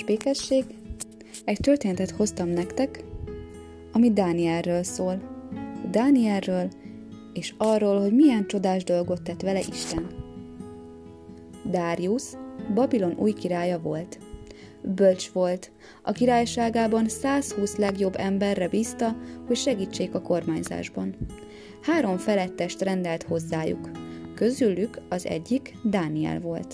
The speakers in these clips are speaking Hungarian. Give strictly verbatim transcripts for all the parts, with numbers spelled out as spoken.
Áldás békesség! Egy történetet hoztam nektek, ami Dánielről szól. Dánielről, és arról, hogy milyen csodás dolgot tett vele Isten. Dáriusz Babilon új királya volt. Bölcs volt, a királyságában százhúsz legjobb emberre bízta, hogy segítsék a kormányzásban. Három felettest rendelt hozzájuk, közülük az egyik Dániel volt.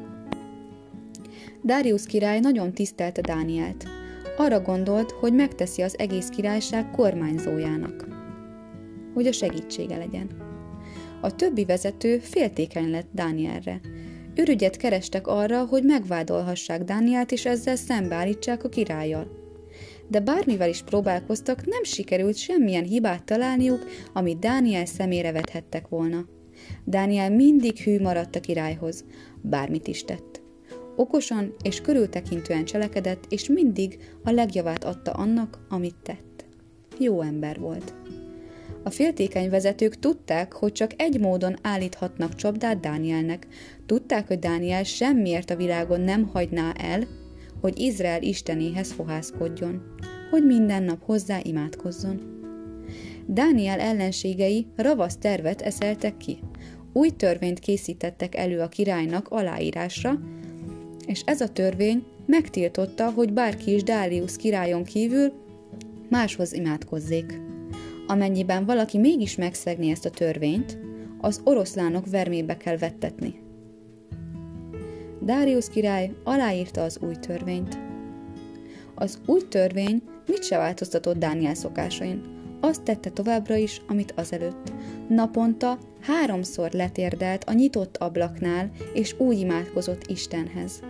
Dáriusz király nagyon tisztelte Dánielt. Arra gondolt, hogy megteszi az egész királyság kormányzójának, hogy a segítsége legyen. A többi vezető féltékeny lett Dánielre. Ürügyet kerestek arra, hogy megvádolhassák Dánielt, és ezzel szembeállítsák a királlyal. De bármivel is próbálkoztak, nem sikerült semmilyen hibát találniuk, amit Dániel szemére vethettek volna. Dániel mindig hű maradt a királyhoz, bármit is tett. Okosan és körültekintően cselekedett, és mindig a legjavát adta annak, amit tett. Jó ember volt. A féltékeny vezetők tudták, hogy csak egy módon állíthatnak csapdát Dánielnek. Tudták, hogy Dániel semmiért a világon nem hagyná el, hogy Izrael istenéhez fohászkodjon, hogy minden nap hozzá imádkozzon. Dániel ellenségei ravasz tervet eszeltek ki. Új törvényt készítettek elő a királynak aláírásra, és ez a törvény megtiltotta, hogy bárki is Dáriusz királyon kívül máshoz imádkozzék. Amennyiben valaki mégis megszegné ezt a törvényt, az oroszlánok vermébe kell vettetni. Dáriusz király aláírta az új törvényt. Az új törvény mit se változtatott Dániel szokásain. Azt tette továbbra is, amit azelőtt. Naponta háromszor letérdelt a nyitott ablaknál, és úgy imádkozott Istenhez.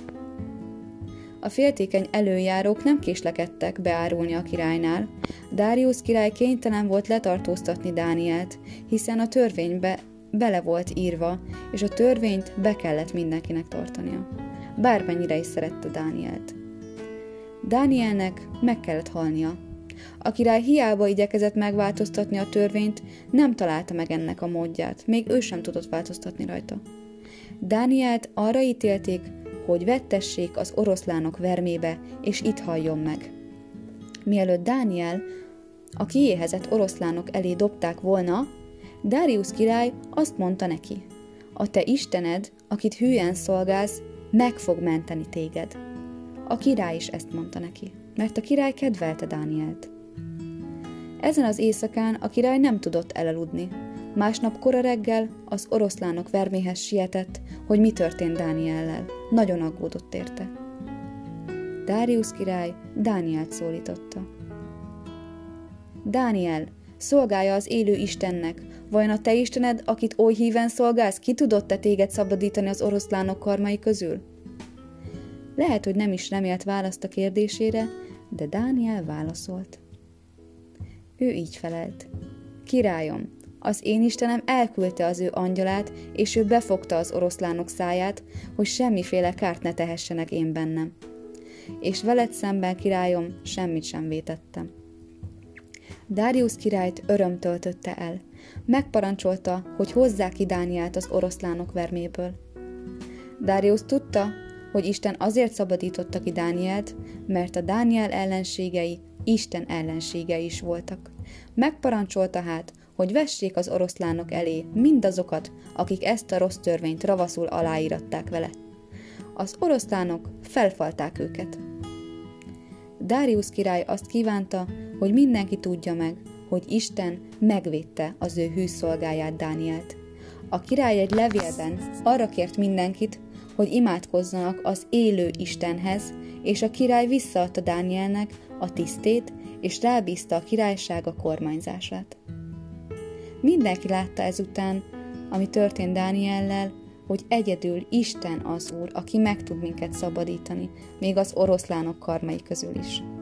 A féltékeny előjárók nem késlekedtek beárulni a királynál. Dáriusz király kénytelen volt letartóztatni Dánielt, hiszen a törvénybe bele volt írva, és a törvényt be kellett mindenkinek tartania. Bármennyire is szerette Dánielt. Dánielnek meg kellett halnia. A király hiába igyekezett megváltoztatni a törvényt, nem találta meg ennek a módját, még ő sem tudott változtatni rajta. Dánielt arra ítélték, hogy vettessék az oroszlánok vermébe, és itt halljon meg. Mielőtt Dániel a kiéhezett oroszlánok elé dobták volna, Dáriusz király azt mondta neki: a te Istened, akit hülyen szolgálsz, meg fog menteni téged. A király is ezt mondta neki, mert a király kedvelte Dánielt. Ezen az éjszakán a király nem tudott elaludni. Másnap kora reggel az oroszlánok verméhez sietett, hogy mi történt Dániellel. Nagyon aggódott érte. Dáriusz király Dánielt szólította. Dániel, szolgálja az élő Istennek. Vajon a te Istened, akit oly híven szolgálsz, ki tudott-e téged szabadítani az oroszlánok karmai közül? Lehet, hogy nem is remélt választ a kérdésére, de Dániel válaszolt. Ő így felelt. Királyom, az én Istenem elküldte az ő angyalát, és ő befogta az oroszlánok száját, hogy semmiféle kárt ne tehessenek én bennem. És veled szemben, királyom, semmit sem vétettem. Dáriusz királyt öröm töltötte el. Megparancsolta, hogy hozzák ki Dánielt az oroszlánok verméből. Dáriusz tudta, hogy Isten azért szabadította ki Dánielt, mert a Dániel ellenségei Isten ellenségei is voltak. Megparancsolta hát, hogy vessék az oroszlánok elé mindazokat, akik ezt a rossz törvényt ravaszul aláíratták vele. Az oroszlánok felfalták őket. Dáriusz király azt kívánta, hogy mindenki tudja meg, hogy Isten megvédte az ő hű szolgáját, Dánielt. A király egy levélben arra kért mindenkit, hogy imádkozzanak az élő Istenhez, és a király visszaadta Dánielnek a tisztét, és rábízta a királyság a kormányzását. Mindenki látta ezután, ami történt Dániellel, hogy egyedül Isten az Úr, aki meg tud minket szabadítani, még az oroszlánok karmai közül is.